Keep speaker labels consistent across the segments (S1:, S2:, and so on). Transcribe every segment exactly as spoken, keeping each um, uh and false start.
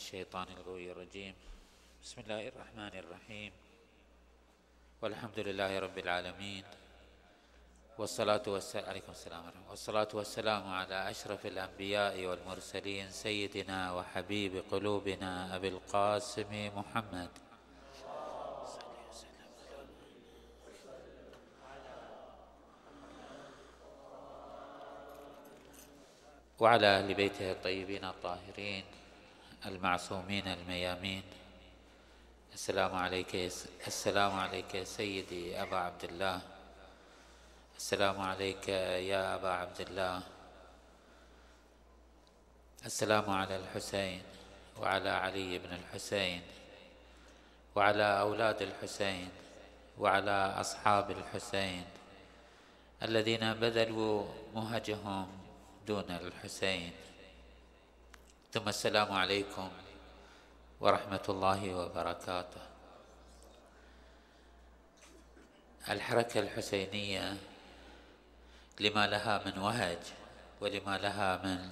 S1: الشيطان الغوي الرجيم. بسم الله الرحمن الرحيم، والحمد لله رب العالمين، والصلاة والسلام عليكم السلام ورحمة والصلاة والسلام على أشرف الأنبياء والمرسلين، سيدنا وحبيب قلوبنا أبي القاسم محمد وعلى أهل بيته الطيبين الطاهرين المعصومين الميامين. السلام عليك السلام عليك يا سيدي أبا عبد الله، السلام عليك يا أبا عبد الله، السلام على الحسين وعلى علي بن الحسين وعلى أولاد الحسين وعلى أصحاب الحسين الذين بذلوا مهجهم دون الحسين. ثم السلام عليكم ورحمة الله وبركاته. الحركة الحسينية لما لها من وهج ولما لها من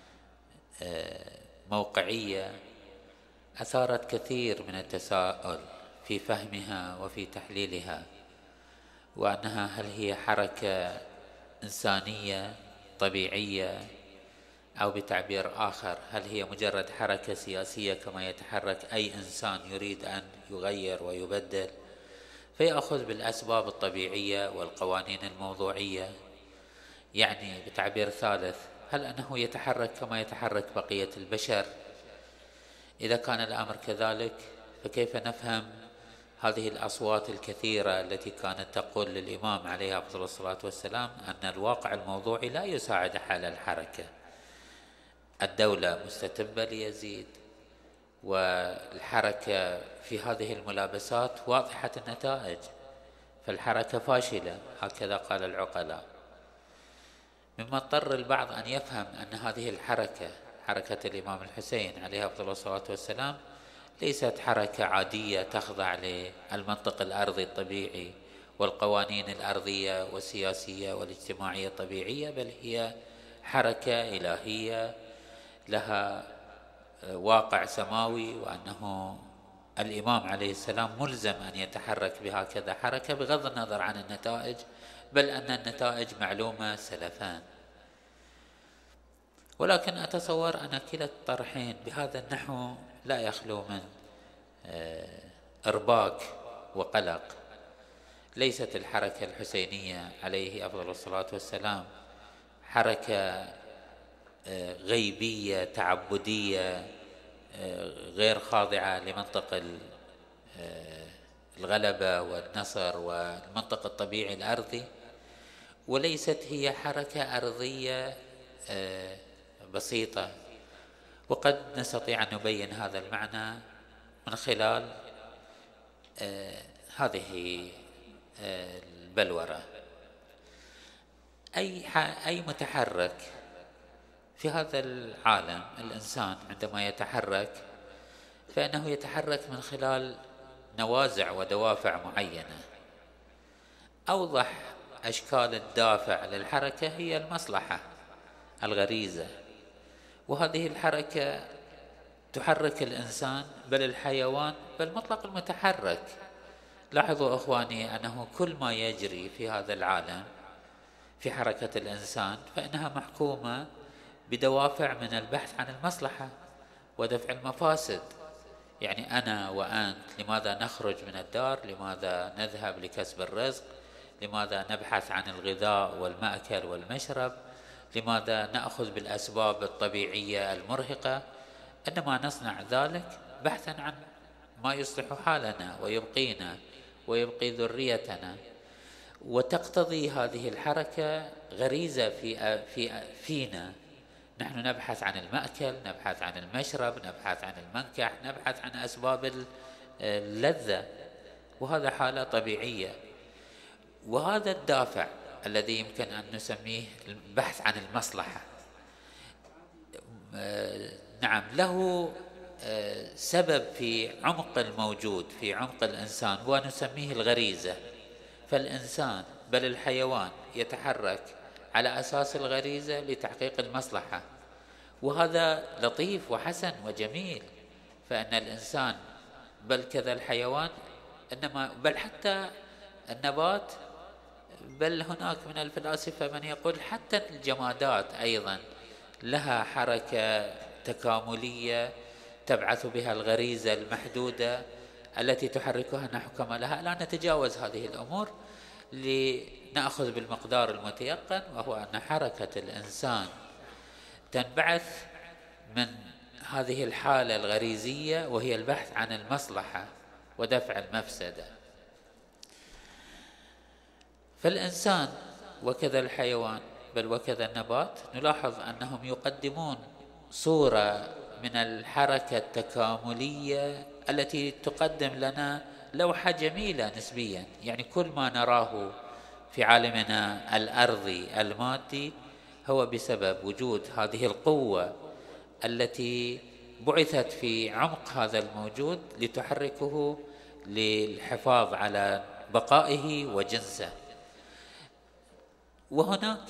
S1: موقعية أثارت كثير من التساؤل في فهمها وفي تحليلها، وأنها هل هي حركة إنسانية طبيعية، أو بتعبير آخر هل هي مجرد حركة سياسية كما يتحرك أي إنسان يريد أن يغير ويبدل، فيأخذ بالأسباب الطبيعية والقوانين الموضوعية. يعني بتعبير ثالث، هل أنه يتحرك كما يتحرك بقية البشر؟ إذا كان الأمر كذلك فكيف نفهم هذه الأصوات الكثيرة التي كانت تقول للإمام عليه أفضل الصلاة والسلام أن الواقع الموضوعي لا يساعد حل الحركة؟ الدولة مستتبة ليزيد، والحركة في هذه الملابسات واضحة النتائج، فالحركة فاشلة، هكذا قال العقلاء. مما اضطر البعض أن يفهم أن هذه الحركة حركة الإمام الحسين عليه أفضل الصلاة والسلام ليست حركة عادية تخضع للمنطق الأرضي الطبيعي والقوانين الأرضية والسياسية والاجتماعية الطبيعية، بل هي حركة إلهية لها واقع سماوي، وأنه الإمام عليه السلام ملزم أن يتحرك بهكذا حركة بغض النظر عن النتائج، بل أن النتائج معلومة سلفان. ولكن أتصور أن كلا الطرحين بهذا النحو لا يخلو من إرباك وقلق. ليست الحركة الحسينية عليه أفضل الصلاة والسلام حركة غيبية تعبدية غير خاضعة لمنطق الغلبة والنصر والمنطق الطبيعي الأرضي، وليست هي حركة أرضية بسيطة. وقد نستطيع أن نبين هذا المعنى من خلال هذه البلورة. أي أي متحرك في هذا العالم، الإنسان عندما يتحرك فإنه يتحرك من خلال نوازع ودوافع معينة. أوضح أشكال الدافع للحركة هي المصلحة، الغريزة، وهذه الحركة تحرك الإنسان بل الحيوان بل مطلق المتحرك. لاحظوا أخواني أنه كل ما يجري في هذا العالم في حركة الإنسان فإنها محكومة بدوافع من البحث عن المصلحة ودفع المفاسد. يعني أنا وأنت لماذا نخرج من الدار؟ لماذا نذهب لكسب الرزق؟ لماذا نبحث عن الغذاء والمأكل والمشرب؟ لماذا نأخذ بالأسباب الطبيعية المرهقة؟ إنما نصنع ذلك بحثا عن ما يصلح حالنا ويبقينا ويبقي ذريتنا. وتقتضي هذه الحركة غريزة في في فينا. نحن نبحث عن المأكل، نبحث عن المشرب، نبحث عن المنكح، نبحث عن أسباب اللذة، وهذا حالة طبيعية. وهذا الدافع الذي يمكن أن نسميه البحث عن المصلحة، نعم له سبب في عمق الموجود في عمق الإنسان ونسميه الغريزة. فالإنسان بل الحيوان يتحرك على أساس الغريزة لتحقيق المصلحة، وهذا لطيف وحسن وجميل. فإن الإنسان بل كذا الحيوان، إنما بل حتى النبات، بل هناك من الفلاسفة من يقول حتى الجمادات أيضا لها حركة تكاملية تبعث بها الغريزة المحدودة التي تحركها نحو كمالها. لا نتجاوز هذه الأمور لنأخذ بالمقدار المتيقن، وهو أن حركة الإنسان تنبعث من هذه الحالة الغريزية، وهي البحث عن المصلحة ودفع المفسدة. فالإنسان وكذا الحيوان بل وكذا النبات نلاحظ أنهم يقدمون صورة من الحركة التكاملية التي تقدم لنا لوحة جميلة نسبيا. يعني كل ما نراه في عالمنا الأرضي المادي هو بسبب وجود هذه القوة التي بعثت في عمق هذا الموجود لتحركه للحفاظ على بقائه وجنسه. وهناك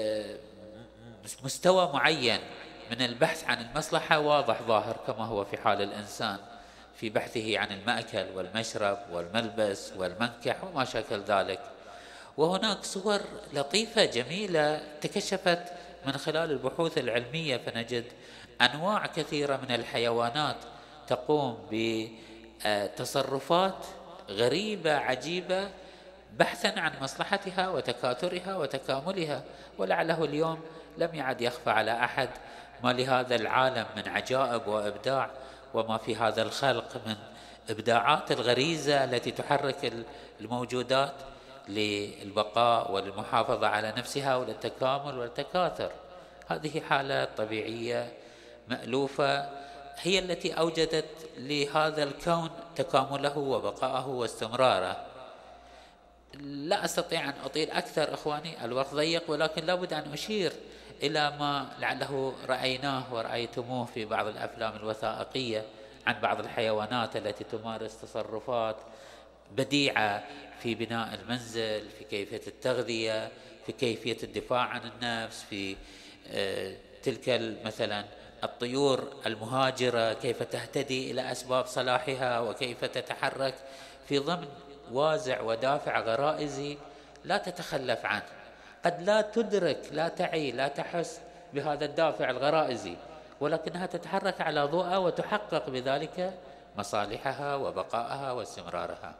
S1: مستوى معين من البحث عن المصلحة واضح ظاهر، كما هو في حال الإنسان في بحثه عن المأكل والمشرب والملبس والمنكح وما شاكل ذلك. وهناك صور لطيفة جميلة تكشفت من خلال البحوث العلمية، فنجد أنواع كثيرة من الحيوانات تقوم بتصرفات غريبة عجيبة بحثا عن مصلحتها وتكاثرها وتكاملها. ولعله اليوم لم يعد يخفى على أحد ما لهذا العالم من عجائب وإبداع، وما في هذا الخلق من إبداعات الغريزة التي تحرك الموجودات للبقاء والمحافظة على نفسها وللتكامل والتكاثر. هذه حالة طبيعية مألوفة هي التي أوجدت لهذا الكون تكامله وبقاءه واستمراره. لا أستطيع أن أطيل أكثر إخواني، الوقت ضيق، ولكن لابد أن أشير إلى ما لعله رأيناه ورأيتموه في بعض الأفلام الوثائقية عن بعض الحيوانات التي تمارس تصرفات بديعة في بناء المنزل، في كيفية التغذية، في كيفية الدفاع عن النفس، في تلك مثلا الطيور المهاجرة كيف تهتدي إلى أسباب صلاحها وكيف تتحرك في ضمن وازع ودافع غرائزي لا تتخلف عنه. قد لا تدرك، لا تعي، لا تحس بهذا الدافع الغرائزي، ولكنها تتحرك على ضوءه وتحقق بذلك مصالحها وبقائها واستمرارها.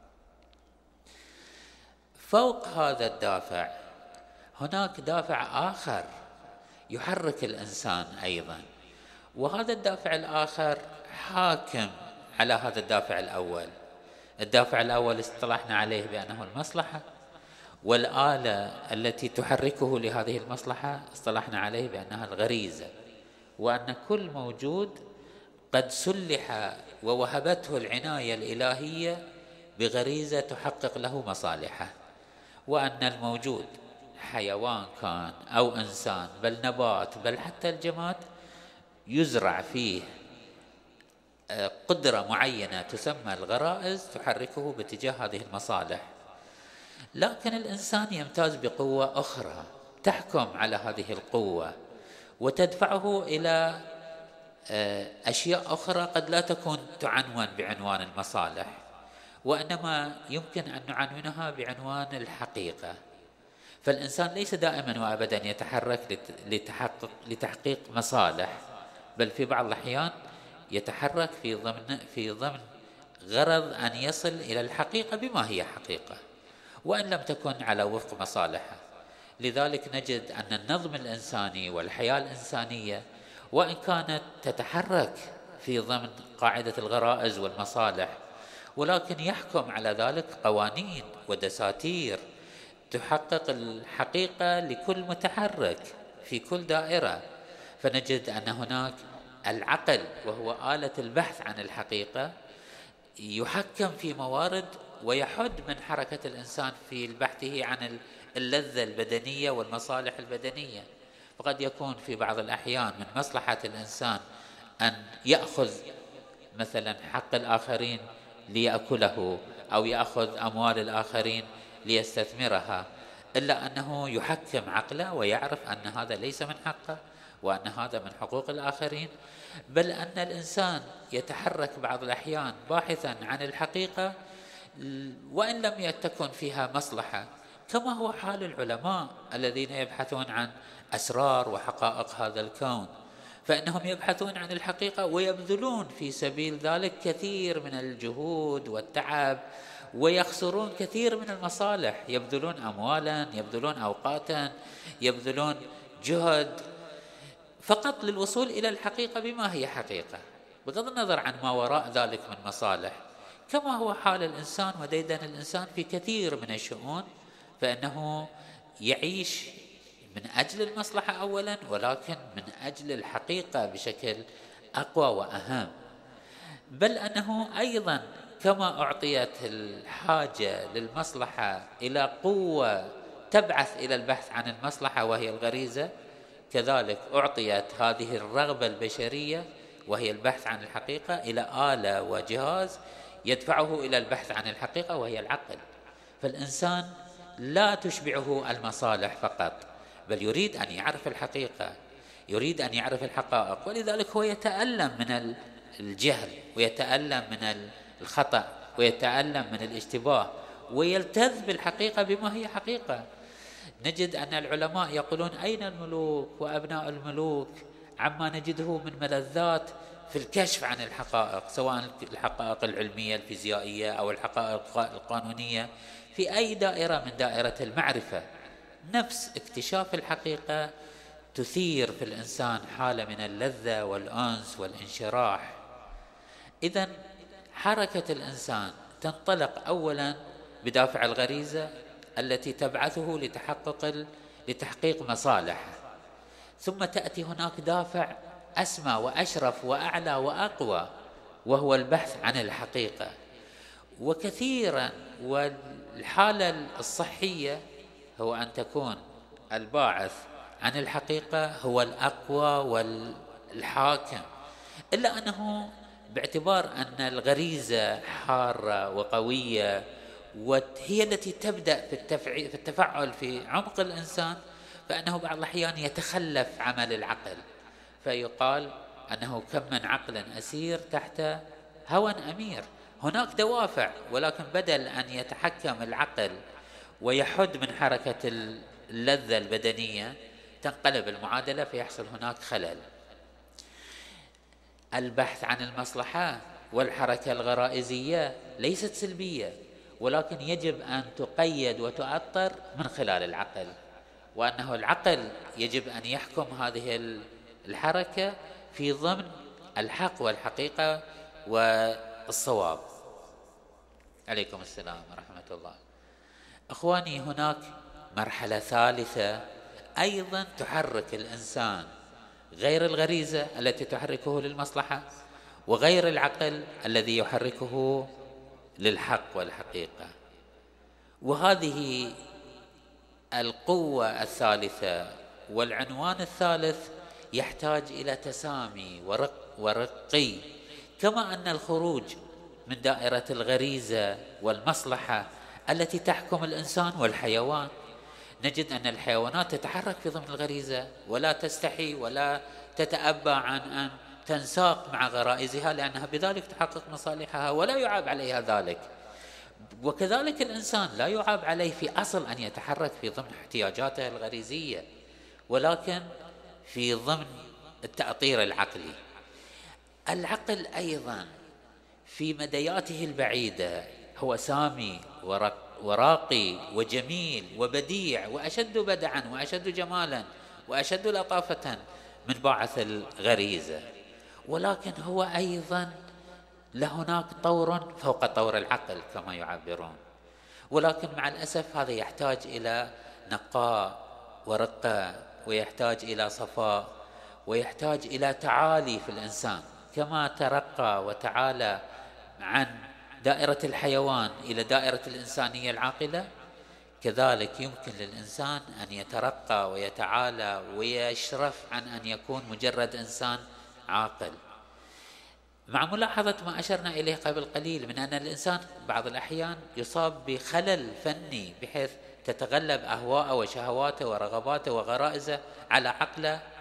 S1: فوق هذا الدافع هناك دافع آخر يحرك الإنسان أيضا، وهذا الدافع الآخر حاكم على هذا الدافع الأول. الدافع الأول اصطلحنا عليه بأنه المصلحة، والآلة التي تحركه لهذه المصلحة اصطلحنا عليه بأنها الغريزة، وأن كل موجود قد سلح ووهبته العناية الإلهية بغريزة تحقق له مصالحه، وأن الموجود حيوان كان أو إنسان بل نبات بل حتى الجماد يزرع فيه قدرة معينة تسمى الغرائز تحركه باتجاه هذه المصالح. لكن الإنسان يمتاز بقوة أخرى تحكم على هذه القوة وتدفعه إلى أشياء أخرى قد لا تكون تعنون بعنوان المصالح، وإنما يمكن أن نعنونها بعنوان الحقيقة. فالإنسان ليس دائما وأبدا يتحرك لتحقق لتحقيق مصالح، بل في بعض الأحيان يتحرك في ضمن في ضمن غرض أن يصل إلى الحقيقة بما هي حقيقة، وإن لم تكن على وفق مصالحه. لذلك نجد أن النظم الإنساني والحياة الإنسانية وإن كانت تتحرك في ضمن قاعدة الغرائز والمصالح، ولكن يحكم على ذلك قوانين ودساتير تحقق الحقيقة لكل متحرك في كل دائرة. فنجد أن هناك العقل وهو آلة البحث عن الحقيقة يحكم في موارد ويحد من حركة الإنسان في بحثه عن اللذة البدنية والمصالح البدنية. فقد يكون في بعض الأحيان من مصلحة الإنسان أن يأخذ مثلا حق الآخرين ليأكله أو يأخذ أموال الآخرين ليستثمرها، إلا أنه يحكم عقله ويعرف أن هذا ليس من حقه وأن هذا من حقوق الآخرين، بل أن الإنسان يتحرك بعض الأحيان باحثا عن الحقيقة وإن لم تكن فيها مصلحة، كما هو حال العلماء الذين يبحثون عن أسرار وحقائق هذا الكون، فإنهم يبحثون عن الحقيقة ويبذلون في سبيل ذلك كثير من الجهود والتعب، ويخسرون كثير من المصالح، يبذلون أموالا، يبذلون أوقاتا، يبذلون جهد فقط للوصول إلى الحقيقة بما هي حقيقة، بغض النظر عن ما وراء ذلك من مصالح، كما هو حال الإنسان وديدن الإنسان في كثير من الشؤون، فإنه يعيش من أجل المصلحة أولا، ولكن من أجل الحقيقة بشكل أقوى وأهم. بل أنه أيضا كما أعطيت الحاجة للمصلحة إلى قوة تبعث إلى البحث عن المصلحة وهي الغريزة، كذلك أعطيت هذه الرغبة البشرية وهي البحث عن الحقيقة إلى آلة وجهاز يدفعه إلى البحث عن الحقيقة وهي العقل. فالإنسان لا تشبعه المصالح فقط، بل يريد أن يعرف الحقيقة، يريد أن يعرف الحقائق، ولذلك هو يتألم من الجهل، ويتألم من الخطأ، ويتألم من الاشتباه، ويلتذ بالحقيقة بما هي حقيقة. نجد أن العلماء يقولون أين الملوك وأبناء الملوك عما نجده من ملذات في الكشف عن الحقائق، سواء الحقائق العلمية الفيزيائية أو الحقائق القانونية في أي دائرة من دائرة المعرفة. نفس اكتشاف الحقيقة تثير في الإنسان حالة من اللذة والأنس والانشراح. إذن حركة الإنسان تنطلق أولا بدافع الغريزة التي تبعثه لتحقق لتحقيق مصالحه، ثم تأتي هناك دافع أسمى وأشرف وأعلى وأقوى وهو البحث عن الحقيقة. وكثيرا والحالة الصحية هو أن تكون الباعث عن الحقيقة هو الأقوى والحاكم، إلا أنه باعتبار أن الغريزة حارة وقوية وهي التي تبدأ في التفاعل في عمق الإنسان، فإنه بعض الأحيان يتخلف عمل العقل، فيقال أنه كم من عقل أسير تحت هوى أمير. هناك دوافع، ولكن بدل أن يتحكم العقل ويحد من حركة اللذة البدنية تنقلب المعادلة فيحصل هناك خلل. البحث عن المصلحة والحركة الغرائزية ليست سلبية، ولكن يجب أن تقيد وتؤطر من خلال العقل، وأنه العقل يجب أن يحكم هذه الحركة في ضمن الحق والحقيقة والصواب. عليكم السلام ورحمة الله. أخواني، هناك مرحلة ثالثة أيضا تحرك الإنسان غير الغريزة التي تحركه للمصلحة، وغير العقل الذي يحركه للحق والحقيقة، وهذه القوة الثالثة والعنوان الثالث يحتاج إلى تسامي ورق ورقي. كما أن الخروج من دائرة الغريزة والمصلحة التي تحكم الإنسان والحيوان، نجد أن الحيوانات تتحرك في ضمن الغريزة ولا تستحي ولا تتأبى عن أن تنساق مع غرائزها، لأنها بذلك تحقق مصالحها ولا يعاب عليها ذلك. وكذلك الإنسان لا يعاب عليه في أصل أن يتحرك في ضمن احتياجاته الغريزية، ولكن في ضمن التأطير العقلي. العقل أيضا في مدياته البعيدة هو سامي وراقي وجميل وبديع وأشد بدعا وأشد جمالا وأشد لطافة من باعث الغريزة، ولكن هو أيضا لهناك طور فوق طور العقل كما يعبرون. ولكن مع الأسف هذا يحتاج إلى نقاء ورقة، ويحتاج إلى صفاء، ويحتاج إلى تعالي في الإنسان. كما ترقى وتعالى عن دائرة الحيوان إلى دائرة الإنسانية العاقلة، كذلك يمكن للإنسان أن يترقى ويتعالى ويشرف عن أن يكون مجرد إنسان عاقل، مع ملاحظة ما أشرنا إليه قبل قليل من أن الإنسان بعض الأحيان يصاب بخلل فني، بحيث تتغلب أهواءه وشهواته ورغباته وغرائزه على عقله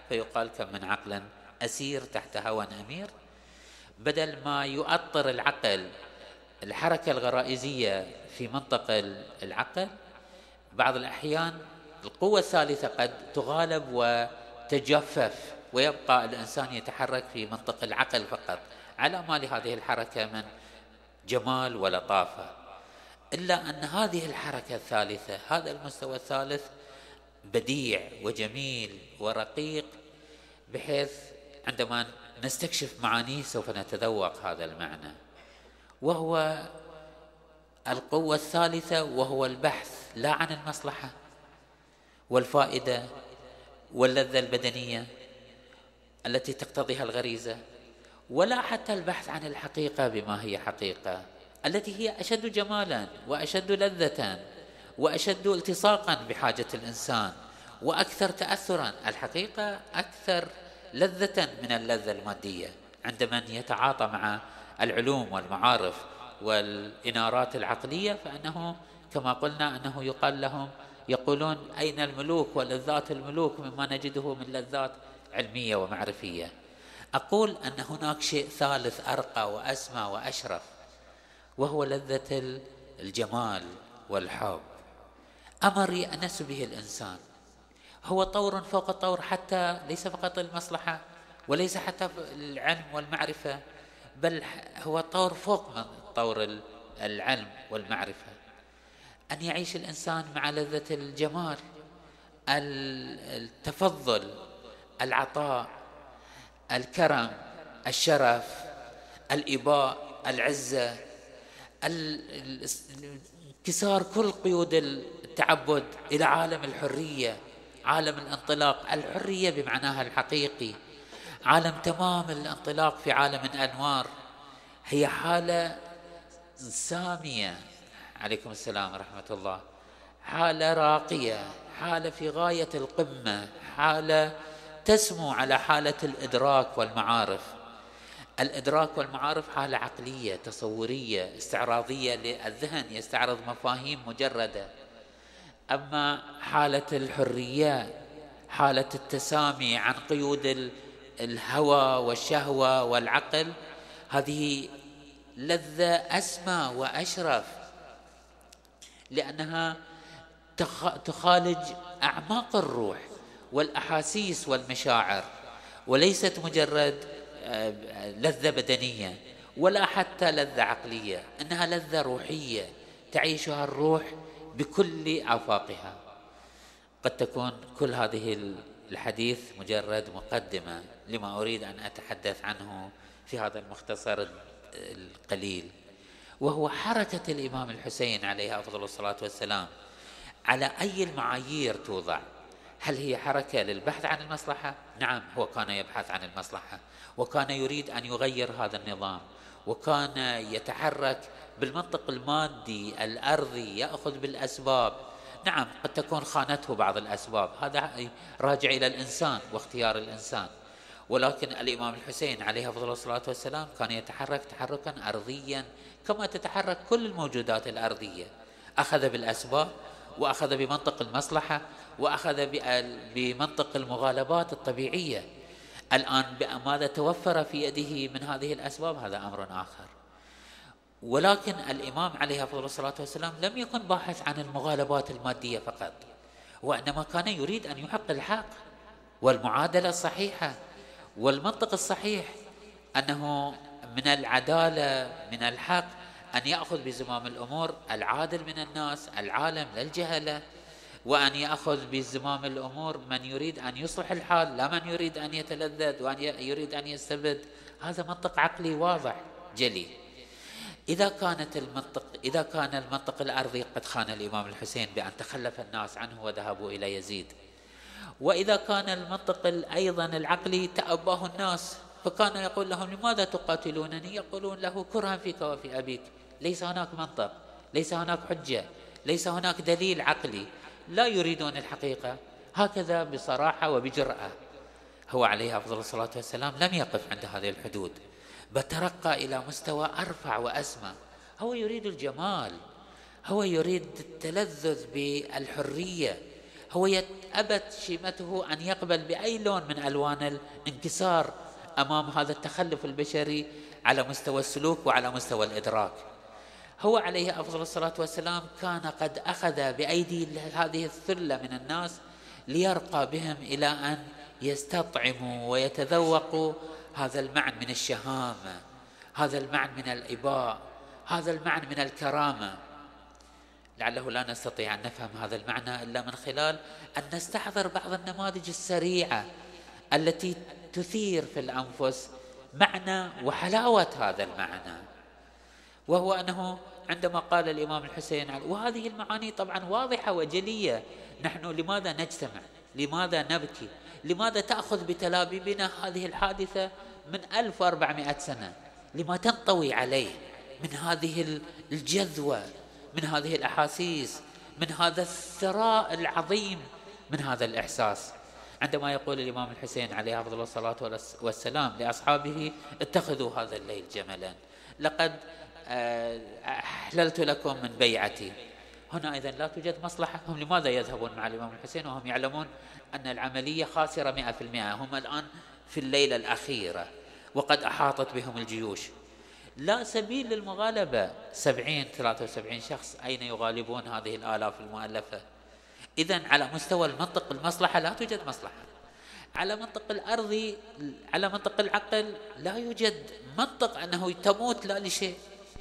S1: فيقال كم من عقل أسير تحت هوى أمير. بدل ما يؤطر العقل الحركة الغرائزية في منطق العقل، بعض الأحيان القوة الثالثة قد تغالب وتجفف، ويبقى الإنسان يتحرك في منطق العقل فقط، على ما لهذه الحركة من جمال ولطافة. إلا أن هذه الحركة الثالثة، هذا المستوى الثالث بديع وجميل ورقيق، بحيث عندما نستكشف معانيه سوف نتذوق هذا المعنى، وهو القوة الثالثة، وهو البحث لا عن المصلحة والفائدة واللذة البدنية التي تقتضيها الغريزة، ولا حتى البحث عن الحقيقة بما هي حقيقة، التي هي أشد جمالا وأشد لذة وأشد التصاقا بحاجة الإنسان وأكثر تأثرا. الحقيقة أكثر لذة من اللذة المادية عند من يتعاطى مع العلوم والمعارف والإنارات العقلية، فإنه كما قلنا أنه يقال لهم، يقولون أين الملوك ولذات الملوك مما نجده من لذات علمية ومعرفية. أقول أن هناك شيء ثالث أرقى وأسمى وأشرف، وهو لذة الجمال والحب، أمر يأنس به الإنسان. هو طور فوق طور، حتى ليس فقط المصلحة وليس حتى العلم والمعرفة، بل هو طور فوق من طور العلم والمعرفة، أن يعيش الإنسان مع لذة الجمال، التفضل، العطاء، الكرم، الشرف، الإباء، العزة، انكسار كل قيود التعبد إلى عالم الحرية، عالم الانطلاق، الحرية بمعناها الحقيقي، عالم تمام الانطلاق في عالم الأنوار. هي حالة سامية، عليكم السلام ورحمة الله، حالة راقية، حالة في غاية القمة، حالة تسمو على حالة الإدراك والمعارف. الإدراك والمعارف حالة عقلية تصورية استعراضية للذهن، يستعرض مفاهيم مجردة. أما حالة الحرية، حالة التسامي عن قيود الهوى والشهوة والعقل، هذه لذة أسمى وأشرف، لأنها تخالج أعماق الروح والأحاسيس والمشاعر، وليست مجرد لذة بدنية ولا حتى لذة عقلية، إنها لذة روحية تعيشها الروح بكل آفاقها. قد تكون كل هذه الحديث مجرد مقدمة لما أريد أن أتحدث عنه في هذا المختصر القليل، وهو حركة الإمام الحسين عليه أفضل الصلاة والسلام. على أي المعايير توضع؟ هل هي حركة للبحث عن المصلحة؟ نعم، هو كان يبحث عن المصلحة، وكان يريد أن يغير هذا النظام، وكان يتحرك بالمنطق المادي الأرضي، يأخذ بالأسباب. نعم، قد تكون خانته بعض الأسباب، هذا راجع إلى الإنسان واختيار الإنسان، ولكن الإمام الحسين عليه أفضل الصلاة والسلام كان يتحرك تحركا أرضيا كما تتحرك كل الموجودات الأرضية. أخذ بالأسباب، وأخذ بمنطق المصلحة، وأخذ بمنطق المغالبات الطبيعية. الآن ماذا توفر في يده من هذه الأسباب؟ هذا أمر آخر. ولكن الإمام عليه أفضل الصلاة والسلام لم يكن باحث عن المغالبات المادية فقط، وإنما كان يريد أن يحقق الحق والمعادلة الصحيحة والمنطق الصحيح، أنه من العدالة، من الحق، أن يأخذ بزمام الأمور العادل من الناس، العالم للجهلة، وأن يأخذ بزمام الأمور من يريد أن يصلح الحال، لا من يريد أن يتلذذ وأن يريد أن يستبد. هذا منطق عقلي واضح جلي. إذا كانت المنطق إذا كان المنطق الأرضي قد خان الإمام الحسين بأن تخلف الناس عنه وذهبوا إلى يزيد، وإذا كان المنطق أيضا العقلي تأباه الناس، فكان يقول لهم: لماذا تقاتلونني؟ يقولون له: كرها فيك وفي أبيك. ليس هناك منطق، ليس هناك حجة، ليس هناك دليل عقلي، لا يريدون الحقيقة. هكذا بصراحة وبجرأة. هو عليه أفضل الصلاة والسلام لم يقف عند هذه الحدود، بل ترقى إلى مستوى أرفع وأسمى. هو يريد الجمال، هو يريد التلذذ بالحرية، هو أبت شيمته أن يقبل بأي لون من ألوان الانكسار أمام هذا التخلف البشري على مستوى السلوك وعلى مستوى الإدراك. هو عليه أفضل الصلاة والسلام كان قد أخذ بأيدي هذه الثلة من الناس ليرقى بهم إلى أن يستطعموا ويتذوقوا هذا المعنى من الشهامة، هذا المعنى من الإباء، هذا المعنى من الكرامة. لعله لا نستطيع أن نفهم هذا المعنى إلا من خلال أن نستحضر بعض النماذج السريعة التي تثير في الأنفس معنى وحلاوة هذا المعنى. وهو أنه عندما قال الإمام الحسين، وهذه المعاني طبعا واضحة وجلية، نحن لماذا نجتمع؟ لماذا نبكي؟ لماذا تأخذ بتلابيبنا هذه الحادثة من ألف وأربعمائة سنة؟ لما تنطوي عليه من هذه الجذوة، من هذه الأحاسيس، من هذا الثراء العظيم، من هذا الإحساس؟ عندما يقول الإمام الحسين عليه أفضل الصلاة والسلام لأصحابه: اتخذوا هذا الليل جملا، لقد أحللت لكم من بيعتي. هنا إذن لا توجد مصلحة. هم لماذا يذهبون مع الإمام الحسين وهم يعلمون أن العملية خاسرة مئة في المئة؟ هم الآن في الليلة الأخيرة وقد أحاطت بهم الجيوش، لا سبيل للمغالبة. سبعين ثلاثة وسبعين شخص أين يغالبون هذه الآلاف المؤلفة؟ إذن على مستوى المنطق المصلحة لا توجد مصلحة. على منطق الأرضي، على منطق العقل، لا يوجد منطق أنه تموت لا لشيء.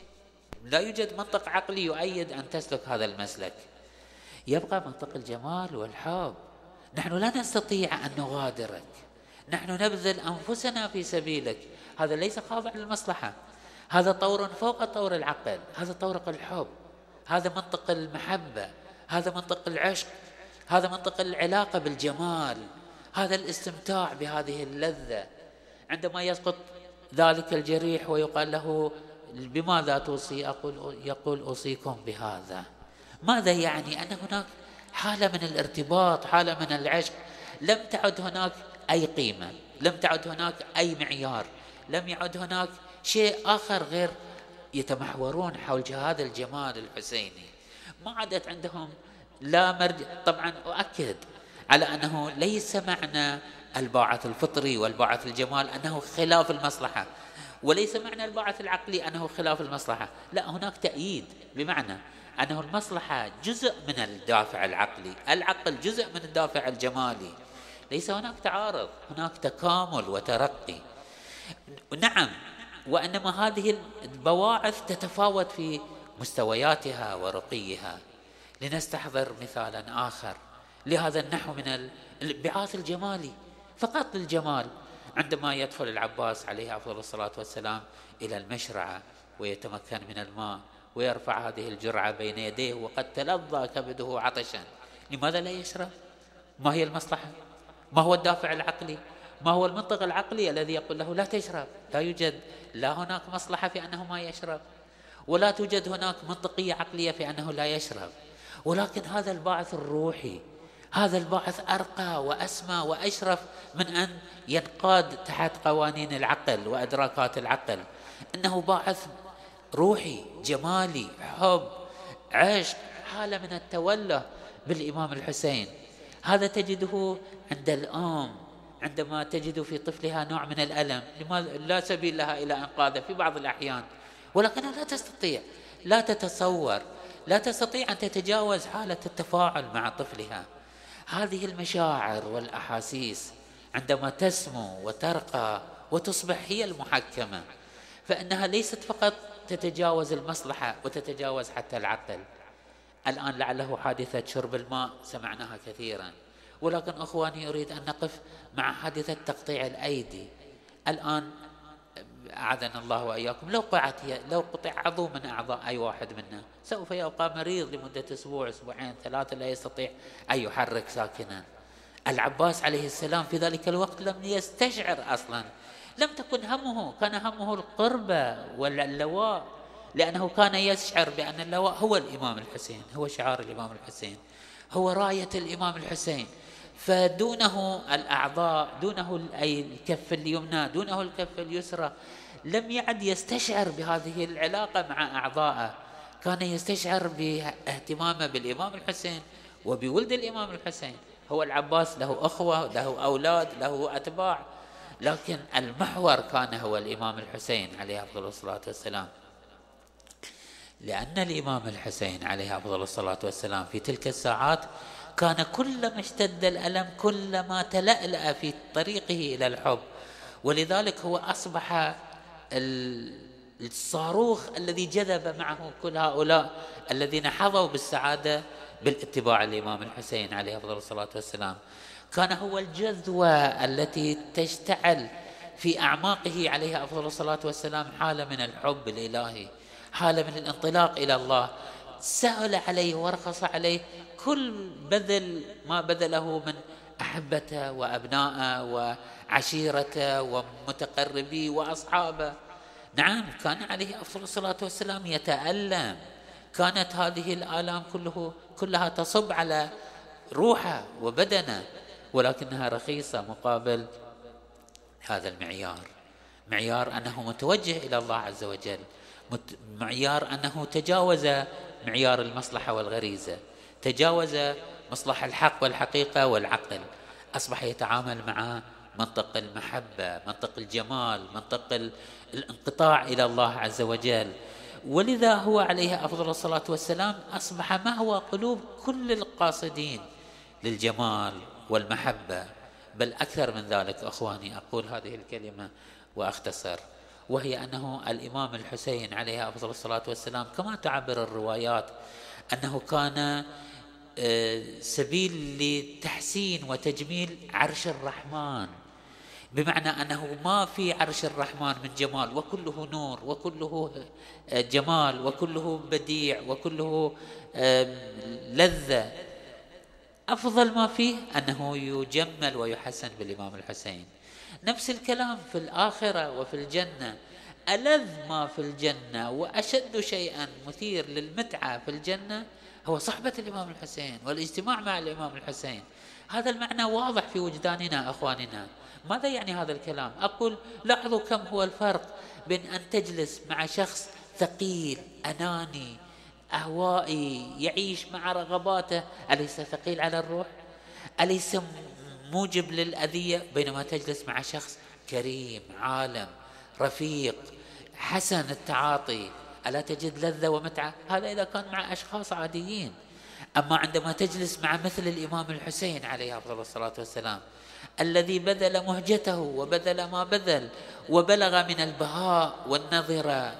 S1: لا يوجد منطق عقلي يؤيد أن تسلك هذا المسلك. يبقى منطق الجمال والحب. نحن لا نستطيع أن نغادرك، نحن نبذل أنفسنا في سبيلك. هذا ليس خاضع للمصلحة، هذا طور فوق طور العقل، هذا طور الحب، هذا منطق المحبة، هذا منطق العشق، هذا منطق العلاقة بالجمال، هذا الاستمتاع بهذه اللذة. عندما يسقط ذلك الجريح ويقال له: بماذا توصي؟ أقول يقول: أوصيكم بهذا. ماذا يعني؟ أن هناك حالة من الارتباط، حالة من العشق، لم تعد هناك أي قيمة، لم تعد هناك أي معيار، لم يعد هناك شيء آخر غير يتمحورون حول هذا الجمال الحسيني. ما عادت عندهم لا مرجع. طبعا أؤكد على أنه ليس معنى الباعث الفطري والباعث الجمال أنه خلاف المصلحة، وليس معنى الباعث العقلي أنه خلاف المصلحة. لا، هناك تأييد، بمعنى أنه المصلحة جزء من الدافع العقلي، العقل جزء من الدافع الجمالي. ليس هناك تعارض، هناك تكامل وترقي. نعم، وإنما هذه البواعث تتفاوت في مستوياتها ورقيها. لنستحضر مثالا آخر لهذا النحو من الانبعاث الجمالي، فقط للجمال. عندما يدخل العباس عليه أفضل الصلاة والسلام إلى المشرعة ويتمكن من الماء ويرفع هذه الجرعة بين يديه وقد تلظى كبده عطشا، لماذا لا يشرب؟ ما هي المصلحة؟ ما هو الدافع العقلي؟ ما هو المنطق العقلي الذي يقول له لا تشرب؟ لا يوجد لا هناك مصلحة في أنه ما يشرب، ولا توجد هناك منطقية عقلية في أنه لا يشرب. ولكن هذا الباعث الروحي، هذا الباعث أرقى وأسمى وأشرف من أن ينقاد تحت قوانين العقل وأدراكات العقل. إنه باعث روحي جمالي، حب، عشق، حالة من التوله بالإمام الحسين. هذا تجده عند الأم عندما تجد في طفلها نوع من الألم، لماذا لا سبيل لها إلى إنقاذه في بعض الأحيان، ولكنها لا تستطيع، لا تتصور، لا تستطيع أن تتجاوز حالة التفاعل مع طفلها. هذه المشاعر والأحاسيس عندما تسمو وترقى وتصبح هي المحكمة، فإنها ليست فقط تتجاوز المصلحة وتتجاوز حتى العقل. الآن لعله حادثة شرب الماء سمعناها كثيرا، ولكن أخواني أريد أن نقف مع حادثة تقطيع الأيدي. الآن أعاذنا الله وإياكم، لو قطعت لو قطع عضو من أعضاء أي واحد منا سوف يبقى مريض لمدة أسبوع أسبوعين ثلاثة، لا يستطيع أن يحرك ساكنا. العباس عليه السلام في ذلك الوقت لم يستشعر أصلا، لم تكن همه، كان همه القربة واللواء، لأنه كان يشعر بأن اللواء هو الإمام الحسين، هو شعار الإمام الحسين، هو راية الإمام الحسين. فدونه الأعضاء، دونه الكف اليمنى، دونه الكف اليسرى، لم يعد يستشعر بهذه العلاقة مع أعضائه. كان يستشعر باهتمامه بالإمام الحسين وبولد الإمام الحسين. هو العباس له أخوة، له أولاد، له أتباع، لكن المحور كان هو الإمام الحسين عليه أفضل الصلاة والسلام. لأن الإمام الحسين عليه أفضل الصلاة والسلام في تلك الساعات كان كلما اشتد الألم كلما تلألأ في طريقه إلى الحب، ولذلك هو أصبح الصاروخ الذي جذب معه كل هؤلاء الذين حظوا بالسعادة بالاتباع الإمام الحسين عليه أفضل الصلاة والسلام. كان هو الجذوة التي تشتعل في أعماقه عليه أفضل الصلاة والسلام حالة من الحب الإلهي، حالة من الانطلاق إلى الله. سهل عليه ورخص عليه كل بذل ما بذله من أحبته وأبنائه وعشيرته ومتقربيه وأصحابه. نعم، كان عليه أفضل الصلاة والسلام يتألم، كانت هذه الآلام كله كلها تصب على روحه وبدنه، ولكنها رخيصة مقابل هذا المعيار، معيار أنه متوجه إلى الله عز وجل، معيار أنه تجاوز معيار المصلحة والغريزة، تجاوز مصلحة الحق والحقيقة والعقل، أصبح يتعامل مع منطق المحبة، منطق الجمال، منطق الانقطاع إلى الله عز وجل. ولذا هو عليه أفضل الصلاة والسلام أصبح ما هو قلوب كل القاصدين للجمال والمحبة، بل أكثر من ذلك. أخواني، أقول هذه الكلمة وأختصر، وهي أنه الإمام الحسين عليه أفضل الصلاة والسلام كما تعبر الروايات أنه كان سبيل لتحسين وتجميل عرش الرحمن، بمعنى أنه ما في عرش الرحمن من جمال، وكله نور وكله جمال وكله بديع وكله لذة، أفضل ما فيه أنه يجمل ويحسن بالإمام الحسين. نفس الكلام في الآخرة وفي الجنة، ألذ ما في الجنة وأشد شيئا مثير للمتعة في الجنة هو صحبة الإمام الحسين والاجتماع مع الإمام الحسين. هذا المعنى واضح في وجداننا أخواننا. ماذا يعني هذا الكلام؟ أقول لاحظوا كم هو الفرق بين أن تجلس مع شخص ثقيل أناني أهوائي يعيش مع رغباته، أليس ثقيل على الروح؟ أليس موجب للأذية؟ بينما تجلس مع شخص كريم عالم رفيق حسن التعاطي، ألا تجد لذة ومتعة؟ هذا إذا كان مع أشخاص عاديين. أما عندما تجلس مع مثل الإمام الحسين عليه أفضل الصلاة والسلام الذي بذل مهجته وبذل ما بذل وبلغ من البهاء والنظرة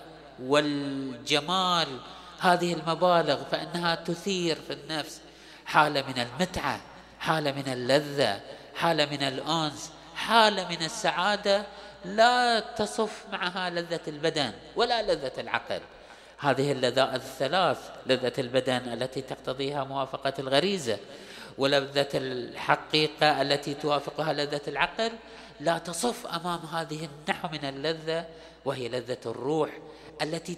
S1: والجمال هذه المبالغ، فإنها تثير في النفس حالة من المتعة، حالة من اللذة، حالة من الأنس، حالة من السعادة لا تصف معها لذة البدن ولا لذة العقل. هذه اللذات الثلاث، لذة البدن التي تقتضيها موافقة الغريزة، ولذة الحقيقة التي توافقها لذة العقل، لا تصف أمام هذه النحو من اللذة، وهي لذة الروح التي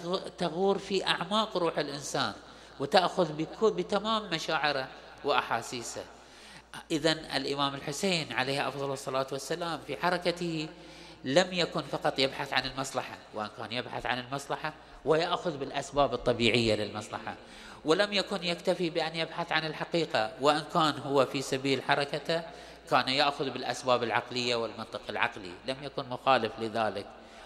S1: تغور في أعماق روح الإنسان وتأخذ بتمام مشاعره وأحاسيسه. إذن الإمام الحسين عليه أفضل الصلاة والسلام في حركته لم يكن فقط يبحث عن المصلحة، وأن كان يبحث عن المصلحة ويأخذ بالأسباب الطبيعية للمصلحة، ولم يكن يكتفي بأن يبحث عن الحقيقة، وأن كان هو في سبيل حركته كان يأخذ بالأسباب العقلية والمنطق العقلي، لم يكن مخالف لذلك،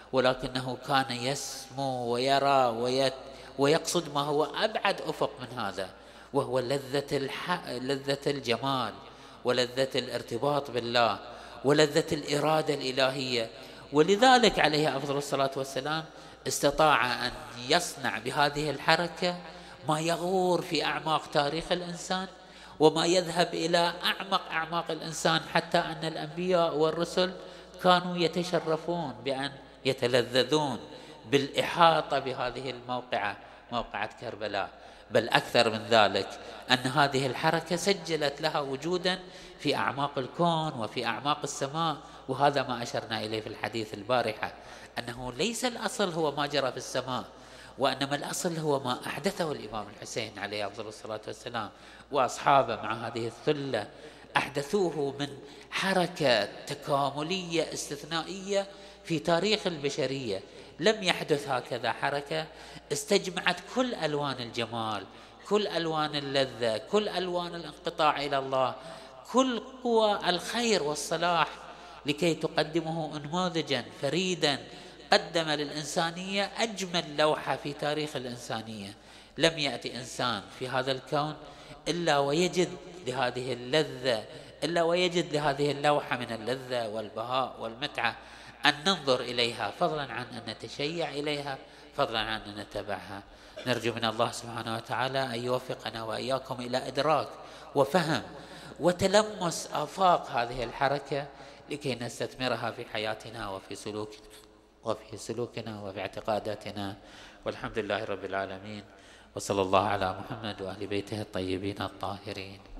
S1: ولكنه كان يسمو ويرى ويت ويقصد ما هو أبعد أفق من هذا، وهو لذة الح... لذة الجمال ولذة الارتباط بالله ولذة الإرادة الإلهية. ولذلك عليه أفضل الصلاة والسلام استطاع أن يصنع بهذه الحركة ما يغور في أعماق تاريخ الإنسان وما يذهب إلى أعمق أعماق الإنسان، حتى أن الأنبياء والرسل كانوا يتشرفون بأن يتلذذون بالإحاطة بهذه الموقعة، موقعة كربلاء. بل أكثر من ذلك، أن هذه الحركة سجلت لها وجودا في أعماق الكون وفي أعماق السماء، وهذا ما أشرنا إليه في الحديث البارحة، أنه ليس الأصل هو ما جرى في السماء، وإنما الأصل هو ما أحدثه الإمام الحسين عليه أفضل الصلاة والسلام وأصحابه مع هذه الثلة، أحدثوه من حركة تكاملية استثنائية في تاريخ البشرية. لم يحدث هكذا حركة استجمعت كل ألوان الجمال، كل ألوان اللذة، كل ألوان الانقطاع إلى الله، كل قوى الخير والصلاح، لكي تقدمه نموذجا فريدا قدم للإنسانية أجمل لوحة في تاريخ الإنسانية. لم يأتي إنسان في هذا الكون إلا ويجد لهذه اللذة، إلا ويجد لهذه اللوحة من اللذة والبهاء والمتعة أن ننظر إليها، فضلا عن أن نتشيع إليها، فضلا عن أن نتبعها. نرجو من الله سبحانه وتعالى أن يوفقنا وإياكم إلى إدراك وفهم وتلمس آفاق هذه الحركة، لكي نستثمرها في حياتنا وفي سلوكنا وفي سلوكنا وفي اعتقاداتنا. والحمد لله رب العالمين، وصلى الله على محمد وآل بيته الطيبين الطاهرين.